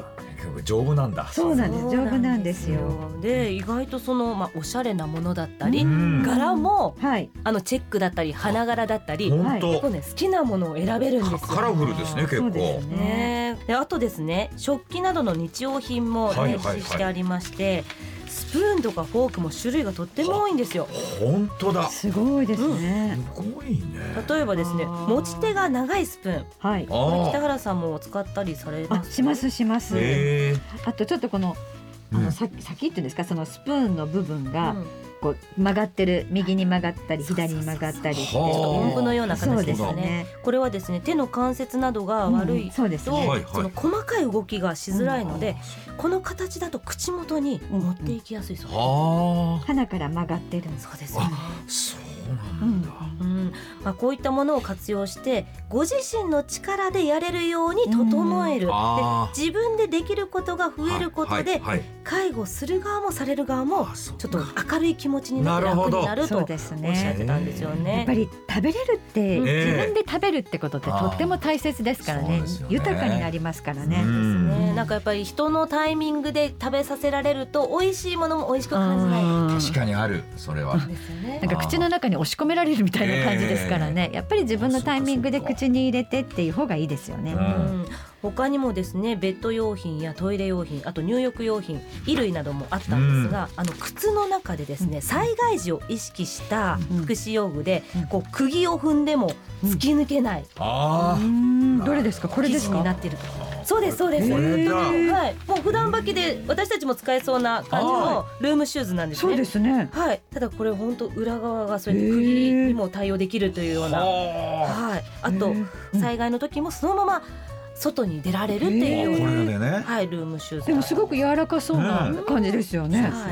丈夫なんだ。 そうなんです、丈夫なんですよ。 で意外とその、まあ、おしゃれなものだったり、柄も、はい、あのチェックだったり花柄だったり、 本当、 結構ね好きなものを選べるんですよ。 カラフルですね、結構。そうですね。であとですね、食器などの日用品も展示してありまして、はいはいはい、スプーンとかフォークも種類がとっても多いんですよ。 本当だ、 すごいですね、 うん、すごいね。 例えばですね、持ち手が長いスプーン、はい、北原さんも使ったりされます？ あ、しますします。あとちょっとこのあの先、先っていうんですか、そのスプーンの部分が、うん、こう曲がってる、右に曲がったり左に曲がったりして、ちょっと音符のような形ですよね。これはですね、手の関節などが悪いと、うん、そね、その細かい動きがしづらいので、うん、この形だと口元に持っていきやすいそうです、 うん、鼻から曲がってる。 そうですよね。 そうなんだ、 うんうん、まあ、こういったものを活用してご自身の力でやれるように整える、うん、で自分でできることが増えることで、はいはいはい、介護する側もされる側もちょっと明るい気持ちになって楽になるとおっしゃってたんですよね。 やっぱり食べれるって、うん、自分で食べるってことってとっても大切ですからね、豊かになりますからね。 ですね。なんかやっぱり人のタイミングで食べさせられると美味しいものも美味しく感じない。 確かにある、それは。 ですよね。 なんか口の中に押し込められるみたいな感じですからね、えー、やっぱり自分のタイミングで口に入れてっていう方がいいですよね。うん、 他にもですね、ベッド用品やトイレ用品、あと入浴用品、衣類などもあったんですが、うん、あの靴の中でですね、災害時を意識した福祉用具で、うん、こう釘を踏んでも突き抜けない、うん、 あー、どれですか？これですか？ 生地になっている。そうですそうです。これだ、はい、もう普段履きで私たちも使えそうな感じのルームシューズなんですね。 そうですね、 はい、ただこれ本当裏側がそうやって釘にも対応できるというような、はい、あと災害の時もそのまま外に出られるっていうような、ね、はい、ルームシューズ。 でもすごく柔らかそうな感じですよね。 はい、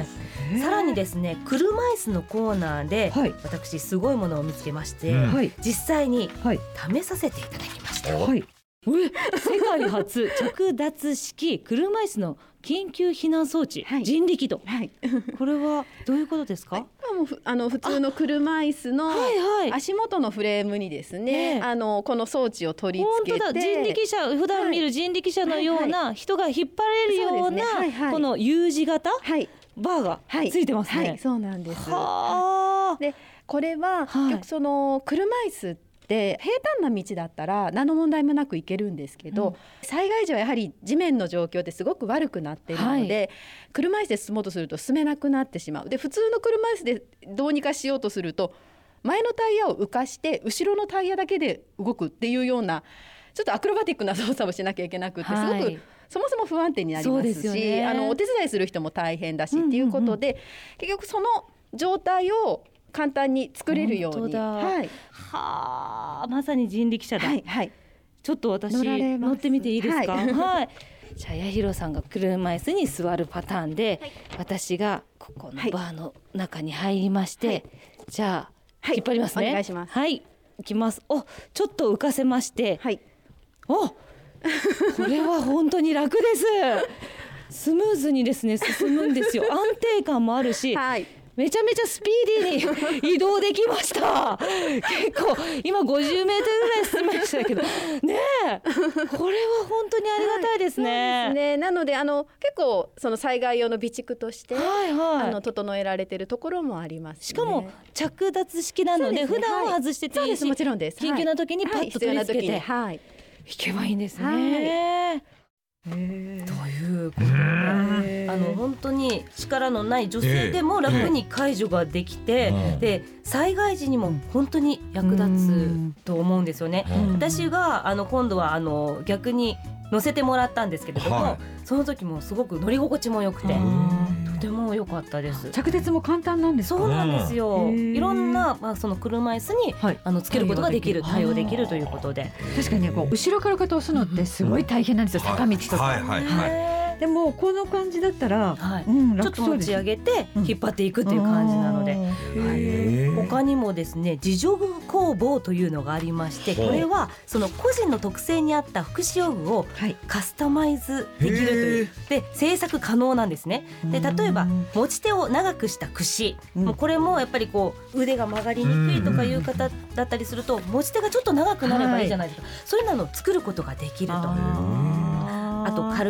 さらにですね、車椅子のコーナーで、はい、私すごいものを見つけまして、はい、実際に試させていただきました。 はい、 世界初着脱式車椅子の緊急避難装置、はい、人力と、はい、これはどういうことですか？はい、 もうあの普通の車椅子の足元のフレームにですね、あのこの装置を取り付けて、 本当だ、人力車、普段見る人力車のような、はい、人が引っ張れるような、はいはい、この U 字型、はい、バーがついてますね。 はいはい、そうなんです。はでこれは、はい、結局その車椅子ってで平坦な道だったら何の問題もなく行けるんですけど、うん、災害時はやはり地面の状況ってすごく悪くなっているので、はい、車椅子で進もうとすると進めなくなってしまう。で普通の車椅子でどうにかしようとすると前のタイヤを浮かして後ろのタイヤだけで動くっていうようなちょっとアクロバティックな操作をしなきゃいけなくて、はい、すごくそもそも不安定になりますし、ね、あのお手伝いする人も大変だしっていうことで、うんうんうん、結局その状態を簡単に作れるように、はい、 はあ、まさに人力車だ。 はいはい、 ちょっと私乗ってみていいですか？はい、はい、じゃあ八尋さんが車椅子に座るパターンで、はい、私がここのバーの中に入りまして、はい、じゃあ引っ張りますね。 はい、お願いします。 はい、いきます。お、ちょっと浮かせまして、はい、お、これは本当に楽です。スムーズにですね進むんですよ。安定感もあるし、はい、めちゃめちゃスピーディーに移動できました。結構今ごじゅうメートルぐらい進みましたけどねえ、これは本当にありがたいですね。 はい、そうですね。なのであの結構その災害用の備蓄として、はいはい、あの整えられているところもあります、ね。 しかも着脱式なの で, で、ね、普段は外してていいし、はい、 もちろんです。 緊急な時にパッと取り付けて、はい、引けばいいんですね。はい、 ということで、あの本当に力のない女性でも楽に介助ができて、で災害時にも本当に役立つと思うんですよね。私があの今度はあの逆に乗せてもらったんですけれども、はい、その時もすごく乗り心地も良くてとても良かったです。 着脱も簡単なんですか？ そうなんですよ。いろんな、まあ、その車椅子に、はい、あのつけることができる、対応できるということで、 確かにね、こう後ろから押すのってすごい大変なんですよ、うん、坂道とか、はいはいはいはい、でもこの感じだったら、はい、うん、 ちょっと持ち上げて引っ張っていくっていう感じなので、うんはい、他にもですね自助具工房というのがありまして、これはその個人の特性に合った福祉用具をカスタマイズできるという、で制作可能なんですね。で例えば持ち手を長くした櫛、うん、もうこれもやっぱりこう腕が曲がりにくいとかいう方だったりすると、持ち手がちょっと長くなればいいじゃないですか、はい、そういうのを作ることができると。あと軽い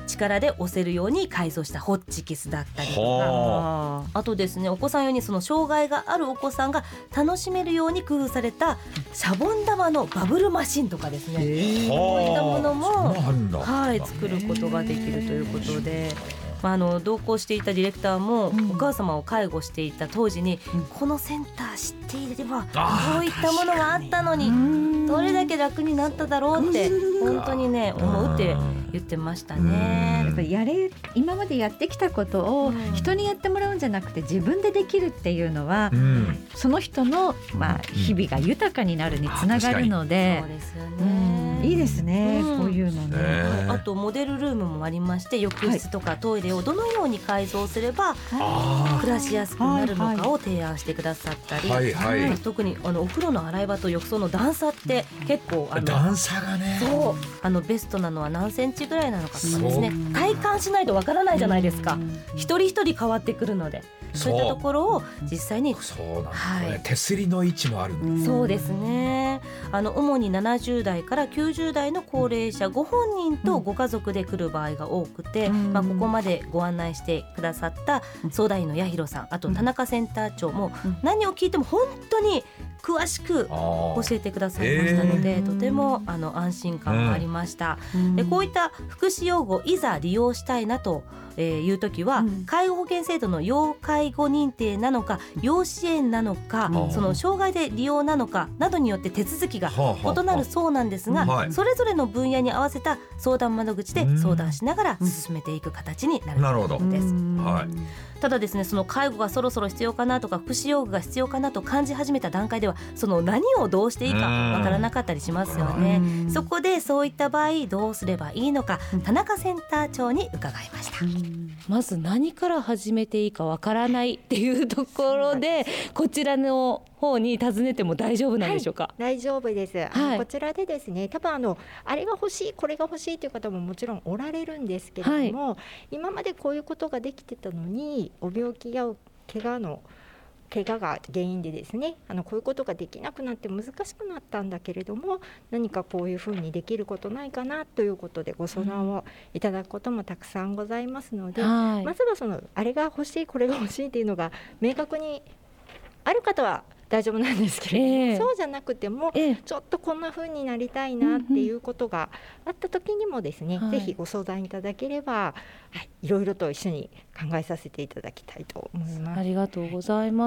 力で押せるように改造したホッチキスだったりとか、あとですねお子さん用にその障害があるお子さんが楽しめるように工夫されたシャボン玉のバブルマシンとかですね、こういったものも、はい、作ることができるということで、まあ、あの同行していたディレクターも、うん、お母様を介護していた当時に、うん、このセンター知っていればこういったものがあったのにどれだけ楽になっただろうって本当にね思うって言ってましたね。 やっぱりやれ今までやってきたことを人にやってもらうんじゃなくて自分でできるっていうのは、うん、その人の、まあ、日々が豊かになるにつながるので、 そうですよね、 うん、いいですね、うん、こういうのね、 えー、あとモデルルームもありまして、浴室とかトイレをどのように改造すれば暮らしやすくなるのかを提案してくださったり、はいはいはい、特にあのお風呂の洗い場と浴槽の段差って結構あの段差がね、 そうあのベストなのは何センチぐらいなのかとかですね、体感しないとわからないじゃないですか。一人一人変わってくるので、そういったところを実際にそうなんですね、はい、手すりの位置もあるんです。 そうですね、あの主にななじゅう代からきゅうじゅう代の高齢者ご本人とご家族で来る場合が多くて、まあ、ここまでご案内してくださった相談員の八尋さん、あと田中センター長も何を聞いても本当に詳しく教えてくださいましたので、とてもあの安心感がありました、うん、でこういった福祉用具をいざ利用したいなというときは、うん、介護保険制度の要介護認定なのか要支援なのか、うん、その障害で利用なのかなどによって手続きが異なるそうなんですが、はあはあ、それぞれの分野に合わせた相談窓口で相談しながら進めていく形になるということです。はい、ただですね、その介護がそろそろ必要かなとか福祉用具が必要かなと感じ始めた段階ではその何をどうしていいかわからなかったりしますよね。そこでそういった場合どうすればいいのか、田中センター長に伺いました。 まず何から始めていいかわからないっていうところでこちらの方に尋ねても大丈夫なんでしょうか。 はい、大丈夫です。あの、はい、こちらでですね、多分あのあれが欲しいこれが欲しいという方ももちろんおられるんですけれども、はい、今までこういうことができてたのにお病気や怪我の怪我が原因でですね、あのこういうことができなくなって難しくなったんだけれども、何かこういうふうにできることないかなということでご相談をいただくこともたくさんございますので、うん、まずはそのあれが欲しいこれが欲しいというのが明確にある方は大丈夫なんですけれども、えー、そうじゃなくても、えー、ちょっとこんな風になりたいなっていうことがあった時にもですね、うんうん、ぜひご相談いただければ、はい、いろいろと一緒に考えさせていただきたいと思います。 ありがとうございます。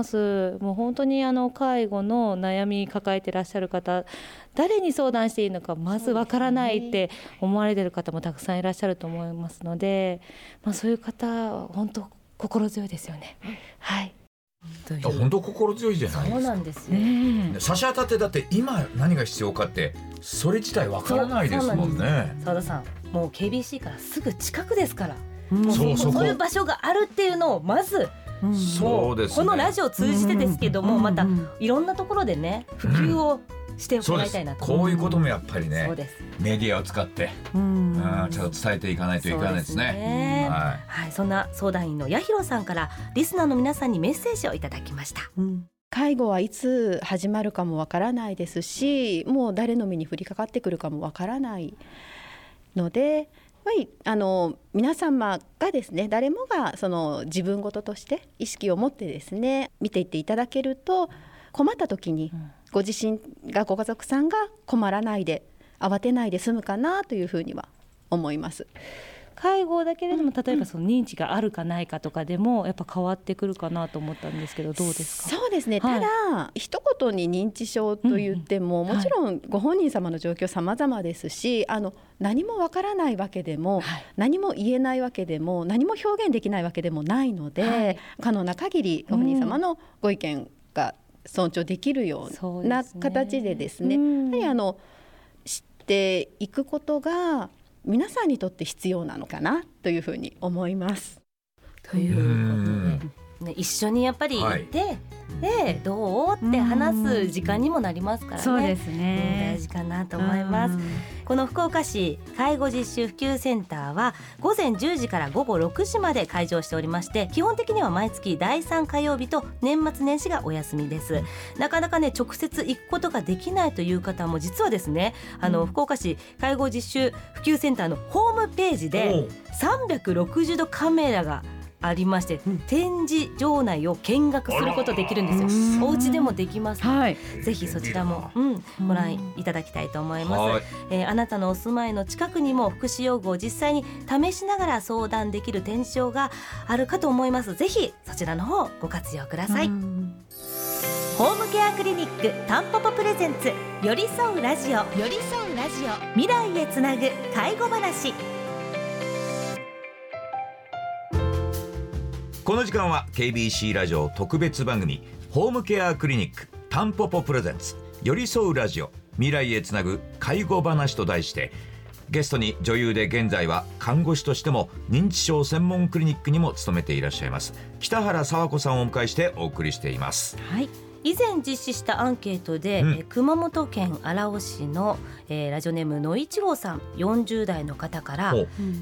もう本当にあの介護の悩み抱えていらっしゃる方、誰に相談していいのかまずわからないって思われている方もたくさんいらっしゃると思いますので、まあ、そういう方は本当心強いですよね。はい、 本当心強いじゃないですか。 そうなんですよ、ね、 差し当たってだって今何が必要かってそれ自体わからないですもんね。 澤田さん、もう ケービーシー からすぐ近くですから、うん、そうそうそういう場所があるっていうのをまず、うん、そうですね、このラジオを通じてですけども、うん、またいろんなところでね普及をしてもらいたいなと、 うん、こういうこともやっぱりね、そうです、メディアを使って、うん、ちゃんと伝えていかないといけないですね。そうですね、 はいはい、そんな相談員の八尋さんからリスナーの皆さんにメッセージをいただきました。うん、 介護はいつ始まるかもわからないですし、もう誰の身に降りかかってくるかもわからないので、やっぱりあの皆様がですね、誰もがその自分事として意識を持ってですね見ていっていただけると、困った時にご自身がご家族さんが困らないで慌てないで済むかなというふうには思います。 介護だけれども例えばその認知があるかないかとかでもやっぱ変わってくるかなと思ったんですけど、どうですか。 そうですね、はい、ただ一言に認知症と言っても、うんうん、もちろんご本人様の状況様々ですし、あの何もわからないわけでも、はい、何も言えないわけでも何も表現できないわけでもないので、はい、可能な限りご本人様のご意見が尊重できるような形でですね、やはりあの知っていくことが皆さんにとって必要なのかなというふうに思います。 ということで、 ね、一緒にやっぱりいて、はい、でどうって話す時間にもなりますからね。 そうですね、 大事かなと思います。この福岡市介護実習普及センターは午前じゅうじから午後ろくじまで開場しておりまして、基本的には毎月だいさん火曜日と年末年始がお休みです。なかなかね直接行くことができないという方も実はですね、あの、うん、福岡市介護実習普及センターのホームページでさんびゃくろくじゅうどカメラがありまして、うん、展示場内を見学することできるんですよ。お家でもできますので、はい、ぜひそちらも、うん、ご覧いただきたいと思います。えー、あなたのお住まいの近くにも福祉用具を実際に試しながら相談できる展示場があるかと思います。ぜひそちらの方ご活用ください。ホームケアクリニックタンポポプレゼンツ寄り添うラジオ、寄り添うラジオ、未来へつなぐ介護話。 この時間は ケービーシー ラジオ特別番組ホームケアクリニックタンポポプレゼンツ寄り添うラジオ、未来へつなぐ介護話と題して、ゲストに女優で現在は看護師としても認知症専門クリニックにも勤めていらっしゃいます北原佐和子さんをお迎えしてお送りしています。 はい、以前実施したアンケートで、うん、え熊本県荒尾市の、えー、ラジオネームのいち号さんよんじゅう代の方から、うん、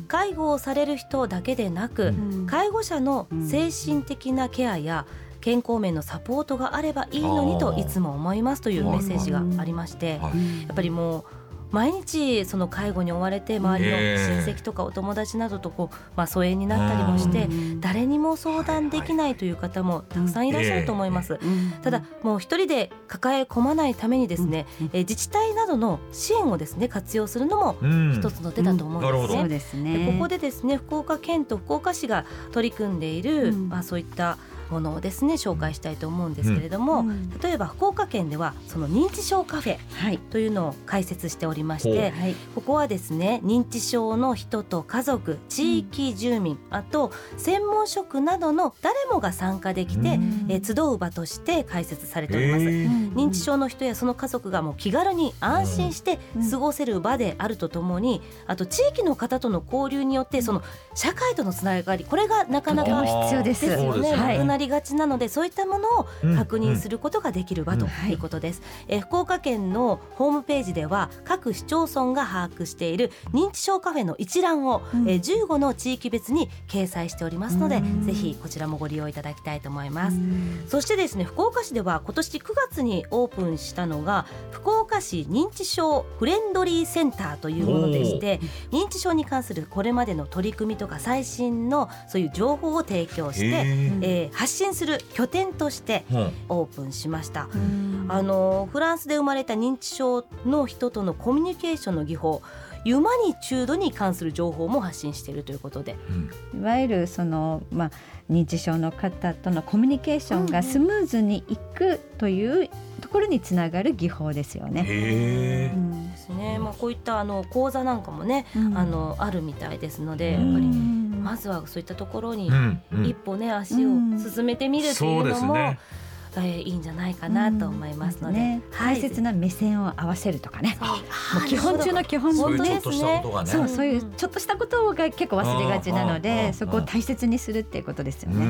介護をされる人だけでなく、うん、介護者の精神的なケアや健康面のサポートがあればいいのにといつも思いますというメッセージがありまして、やっぱりもう毎日その介護に追われて周りの親戚とかお友達などとこう、まあ、疎遠になったりもして誰にも相談できないという方もたくさんいらっしゃると思います。ただもう一人で抱え込まないためにですね、え自治体などの支援をですね活用するのも一つの手だと思うんですね。 そうですね。 でここでですね福岡県と福岡市が取り組んでいる、まあ、そういったものをですね紹介したいと思うんですけれども、うん、例えば福岡県ではその認知症カフェというのを開設しておりまして、はい、ここはですね認知症の人と家族、地域住民、うん、あと専門職などの誰もが参加できて、うん、え集う場として開設されております。認知症の人やその家族がもう気軽に安心して過ごせる場であるとともに、あと地域の方との交流によってその社会とのつながり、これがなかなか必要ですよね。なくなりがちなので、そういったものを確認することができる場ということです。え福岡県のホームページでは各市町村が把握している認知症カフェの一覧を、うん、えじゅうごの地域別に掲載しておりますので、ぜひこちらもご利用いただきたいと思います。そしてですね福岡市では今年くがつにオープンしたのが福岡市認知症フレンドリーセンターというものでして、認知症に関するこれまでの取り組みとか最新のそういう情報を提供して、えー、発信する拠点としてオープンしました。あのフランスで生まれた認知症の人とのコミュニケーションの技法、ユマニチュードに関する情報も発信しているということで、 うん、いわゆるその、まあ、認知症の方とのコミュニケーションがスムーズにいくというところにつながる技法ですよね。 へー、 うんですね。まあ、こういったあの講座なんかもね、うん、あのあるみたいですので、やっぱりまずはそういったところに一歩ね、うん、足を進めてみるというのも、うん、えー、いいんじゃないかなと思いますので、うんね、 大切な目線を合わせるとかね、もう基本中の基本そういうちょっとしたことがね、 そう、そういうちょっとしたことが結構忘れがちなので、そこを大切にするっていうことですよね。うん、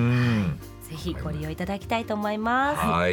ぜひご利用いただきたいと思います。 はい。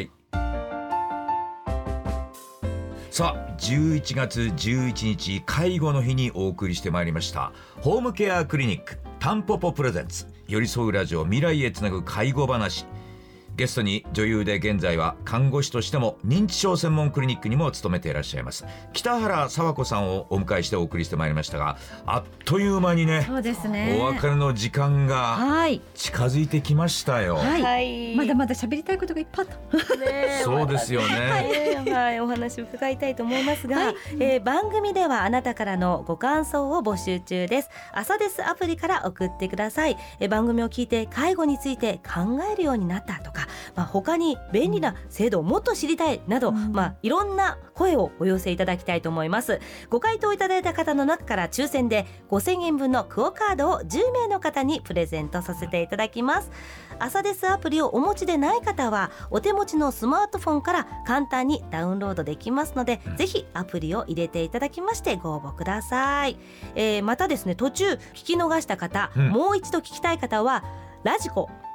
さあじゅういちがつじゅういちにち介護の日にお送りしてまいりましたホームケアクリニックタンポポプレゼンツ寄り添うラジオ、未来へつなぐ介護話。ゲストに女優で現在は看護師としても認知症専門クリニックにも勤めていらっしゃいます北原佐和子さんをお迎えしてお送りしてまいりましたが、あっという間にね、 そうですね、 お別れの時間が近づいてきましたよ。 はいはい、まだまだ喋りたいことがいっぱいあった、 ね、そうですよね、 はいはい、お話を伺いたいと思いますが、はい、えー、番組ではあなたからのご感想を募集中です。朝ですアプリから送ってください。えー、番組を聞いて介護について考えるようになったとか、まあ、他に便利な制度をもっと知りたいなど、うん、まあ、いろんな声をお寄せいただきたいと思います。ご回答いただいた方の中から抽選でごせんえんぶんのクオカードをじゅうめいの方にプレゼントさせていただきます。朝ですアプリをお持ちでない方はお手持ちのスマートフォンから簡単にダウンロードできますので、ぜひアプリを入れていただきましてご応募ください。えー、またですね、途中聞き逃した方、うん、もう一度聞きたい方はラジコ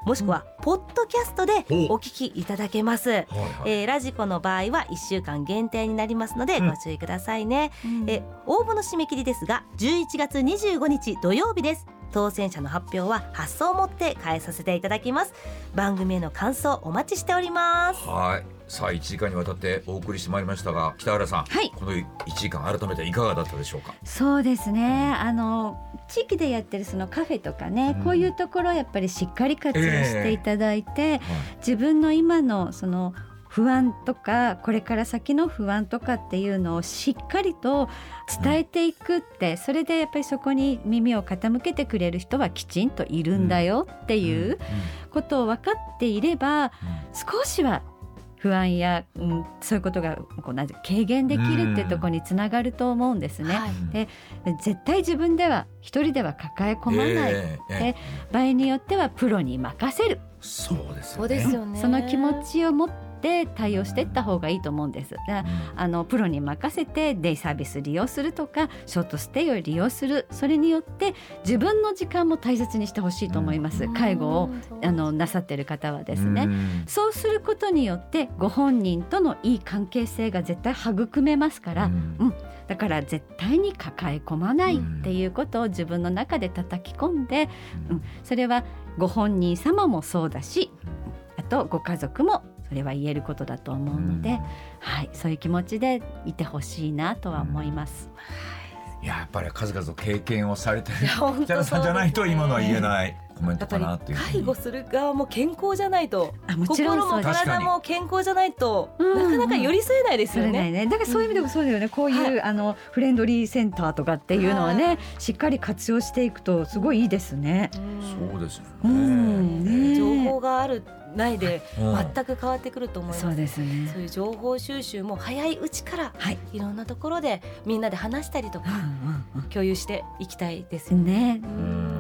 もしくはポッドキャストでお聞きいただけます、はいはいえー、ラジコの場合はいっしゅうかん限定になりますのでご注意くださいね、うん、え応募の締め切りですがじゅういちがつにじゅうごにち土曜日です。当選者の発表は発送をもって返させていただきます。番組への感想お待ちしております。 はい、さあいちじかんにわたってお送りしてまいりましたが、北原さん、はい、このいちじかん改めていかがだったでしょうか。 そうですね、あの地域でやってるそのカフェとかね、うん、こういうところやっぱりしっかり活用していただいて、えーはい、自分の今のその不安とかこれから先の不安とかっていうのをしっかりと伝えていくって、うん、それでやっぱりそこに耳を傾けてくれる人はきちんといるんだよっていうことを分かっていれば、少しは不安や、うん、そういうことがこうなんて軽減できるっていうところにつながると思うんですね、はい、で絶対自分では一人では抱え込まない、えーえー、場合によってはプロに任せる。 そうですよね。 そうですよね。 その気持ちを持ってで対応していった方がいいと思うんです。だからあのプロに任せてデイサービス利用するとかショートステイを利用する、それによって自分の時間も大切にしてほしいと思います。介護をあのなさっている方はですね、そうすることによってご本人とのいい関係性が絶対育めますから、うんうん、だから絶対に抱え込まないっていうことを自分の中で叩き込んで、うん、それはご本人様もそうだし、あとご家族もそれは言えることだと思うので、うんはい、そういう気持ちでいてほしいなとは思います、 うん、いや、やっぱり数々の経験をされてる北原さんじゃないと今のは言えないコメントかなっていう。 介護する側も健康じゃないと、あもちろん心も体も健康じゃないとなかなか寄り添えないですよ ね,、うん、ねだからそういう意味でもそうだよね、うん、こういう、はい、あのフレンドリーセンターとかっていうのはね、はい、しっかり活用していくとすごいいいですね、 うん、そうですよね、 うんね、情報があるないで全く変わってくると思います、 うん、そうですね。 そういう情報収集も早いうちから、はい、いろんなところでみんなで話したりとか、うんうん、共有していきたいですよね、 うん、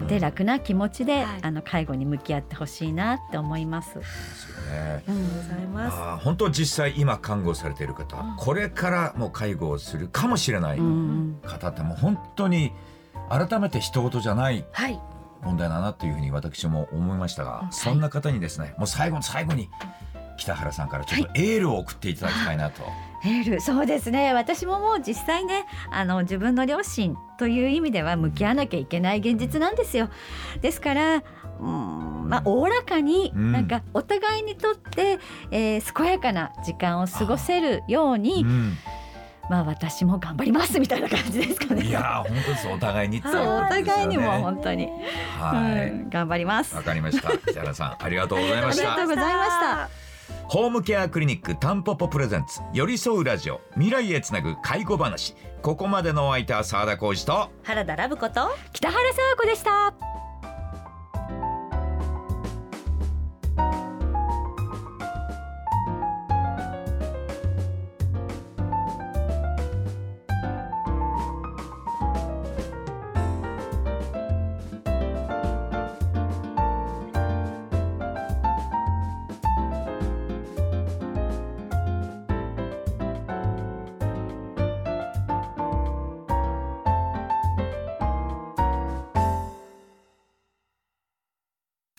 で楽な気持ちで、はい、あの介護に向き合ってほしいなって思います。 ありがとうございます。 あ本当実際今看護されている方、うん、これからもう介護をするかもしれない方ってもう本当に改めて人事じゃない、はい問題だなというふうに私も思いましたが、はい、そんな方にですね、もう最後の最後に北原さんからちょっとエールを送っていただきたいなと、はい、 エールそうですね。私ももう実際ねあの自分の両親という意味では向き合わなきゃいけない現実なんですよ。ですからうんまあ、おおらかに、うん、なんかお互いにとって、えー、健やかな時間を過ごせるように、うんまあ、私も頑張りますみたいな感じですかね。 いや本当ですお互いに、 そうお互いにも本当に、はい、うん、頑張ります。 わかりました北原さんありがとうございました。 ありがとうございました。 ホームケアクリニックタンポポプレゼンツ寄り添うラジオ未来へつなぐ介護話、ここまでのお相手は澤田浩司と原田ラブこと北原沙和子でした。